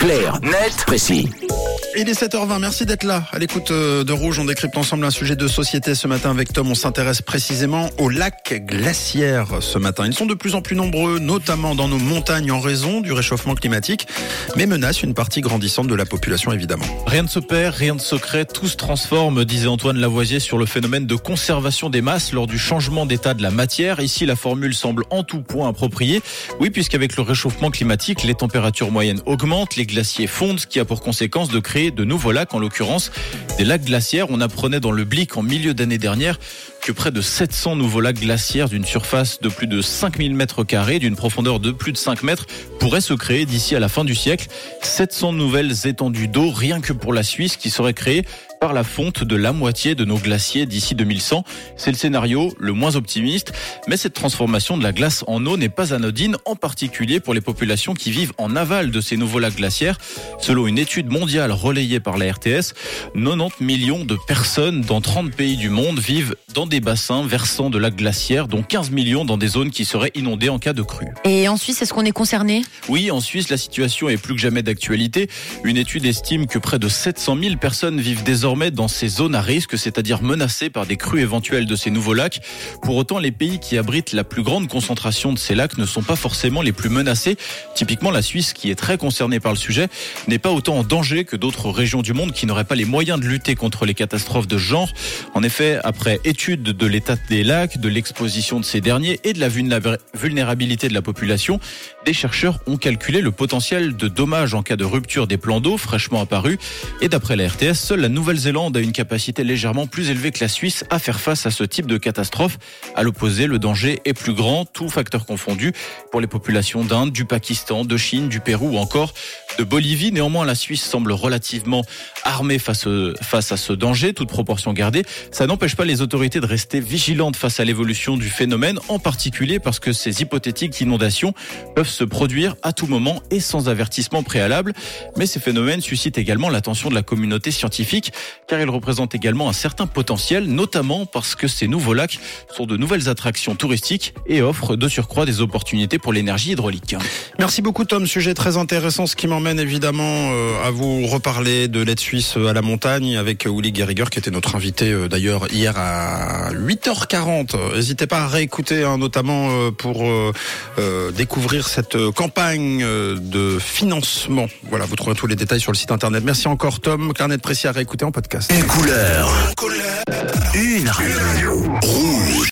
clair, net, précis. Il est 7h20, merci d'être là. À l'écoute de Rouge, on décrypte ensemble un sujet de société ce matin avec Tom. On s'intéresse précisément aux lacs glaciaires ce matin. Ils sont de plus en plus nombreux, notamment dans nos montagnes en raison du réchauffement climatique, mais menacent une partie grandissante de la population évidemment. Rien ne se perd, rien de secret, tout se transforme, disait Antoine Lavoisier sur le phénomène de conservation des masses lors du changement d'état de la matière. Ici, la formule semble en tout point appropriée. Oui, puisqu'avec le réchauffement climatique, les températures moyennes augmentent, les glaciers fondent, ce qui a pour conséquence de créer de nouveaux lacs, en l'occurrence des lacs glaciaires. On apprenait dans le Blick en milieu d'année dernière que près de 700 nouveaux lacs glaciaires d'une surface de plus de 5000 mètres carrés, d'une profondeur de plus de 5 mètres, pourraient se créer d'ici à la fin du siècle. 700 nouvelles étendues d'eau, rien que pour la Suisse, qui seraient créées par la fonte de la moitié de nos glaciers d'ici 2100. C'est le scénario le moins optimiste, mais cette transformation de la glace en eau n'est pas anodine, en particulier pour les populations qui vivent en aval de ces nouveaux lacs glaciaires. Selon une étude mondiale relayée par la RTS, 90 millions de personnes dans 30 pays du monde vivent dans des bassins versants de lacs glaciaires, dont 15 millions dans des zones qui seraient inondées en cas de crue. Et en Suisse, est-ce qu'on est concerné ? Oui, en Suisse, la situation est plus que jamais d'actualité. Une étude estime que près de 700 000 personnes vivent désormais dans ces zones à risque, c'est-à-dire menacées par des crues éventuelles de ces nouveaux lacs. Pour autant, les pays qui abritent la plus grande concentration de ces lacs ne sont pas forcément les plus menacés. Typiquement, la Suisse, qui est très concernée par le sujet, n'est pas autant en danger que d'autres régions du monde qui n'auraient pas les moyens de lutter contre les catastrophes de ce genre. En effet, après étude de l'état des lacs, de l'exposition de ces derniers et de la vulnérabilité de la population, des chercheurs ont calculé le potentiel de dommages en cas de rupture des plans d'eau fraîchement apparus. Et d'après la RTS, seule la Nouvelle-Zélande a une capacité légèrement plus élevée que la Suisse à faire face à ce type de catastrophe. À l'opposé, le danger est plus grand, tout facteur confondu, pour les populations d'Inde, du Pakistan, de Chine, du Pérou ou encore de Bolivie. Néanmoins, la Suisse semble relativement armée face à ce danger, toute proportion gardée. Ça n'empêche pas les autorités de rester vigilantes face à l'évolution du phénomène, en particulier parce que ces hypothétiques inondations peuvent se produire à tout moment et sans avertissement préalable. Mais ces phénomènes suscitent également l'attention de la communauté scientifique, car ils représentent également un certain potentiel, notamment parce que ces nouveaux lacs sont de nouvelles attractions touristiques et offrent de surcroît des opportunités pour l'énergie hydraulique. Merci beaucoup Tom, sujet très intéressant, ce qui m'emmène évidemment à vous reparler de l'aide suisse à la montagne avec Uli Gehriger qui était notre invité d'ailleurs hier à 8h40. N'hésitez pas à réécouter notamment pour découvrir cette campagne de financement. Voilà, vous trouverez tous les détails sur le site internet. Merci encore Tom, carnet de précis à réécouter en podcast. Une couleur, une radio. Rouge.